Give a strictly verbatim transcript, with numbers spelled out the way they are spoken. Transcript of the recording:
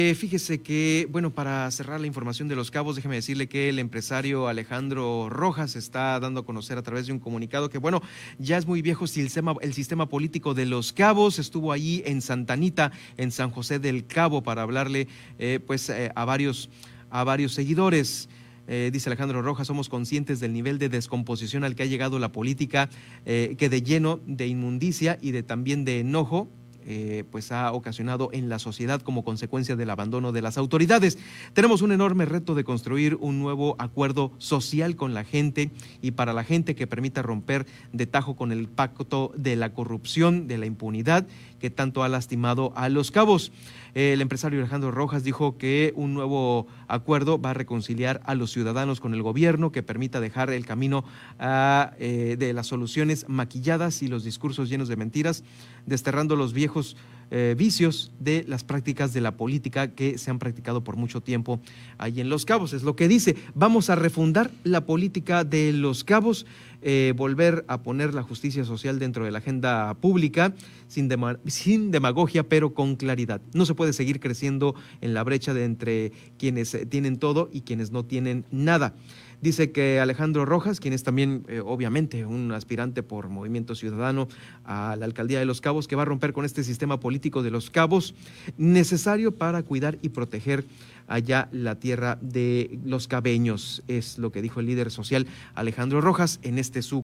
Eh, fíjese que, bueno, para cerrar la información de Los Cabos, déjeme decirle que el empresario Alejandro Rojas está dando a conocer a través de un comunicado que, bueno, ya es muy viejo el sistema, el sistema político de Los Cabos. Estuvo allí en Santa Anita, en San José del Cabo, para hablarle eh, pues eh, a varios, a varios seguidores. Eh, dice Alejandro Rojas: somos conscientes del nivel de descomposición al que ha llegado la política, eh, que de lleno de inmundicia y de también de enojo, Eh, pues ha ocasionado en la sociedad como consecuencia del abandono de las autoridades. Tenemos un enorme reto de construir un nuevo acuerdo social con la gente y para la gente que permita romper de tajo con el pacto de la corrupción, de la impunidad que tanto ha lastimado a Los Cabos. El empresario Alejandro Rojas dijo que un nuevo acuerdo va a reconciliar a los ciudadanos con el gobierno, que permita dejar el camino a, eh, de las soluciones maquilladas y los discursos llenos de mentiras, desterrando los viejos eh, vicios de las prácticas de la política que se han practicado por mucho tiempo ahí en Los Cabos. Es lo que dice: vamos a refundar la política de Los Cabos, eh, volver a poner la justicia social dentro de la agenda pública, sin, dema sin demagogia, pero con claridad. No se puede seguir creciendo en la brecha de entre quienes tienen todo y quienes no tienen nada. Dice que Alejandro Rojas, quien es también eh, obviamente un aspirante por Movimiento Ciudadano a la alcaldía de Los Cabos, que va a romper con este sistema político de Los Cabos, necesario para cuidar y proteger allá la tierra de los cabeños. Es lo que dijo el líder social Alejandro Rojas en este su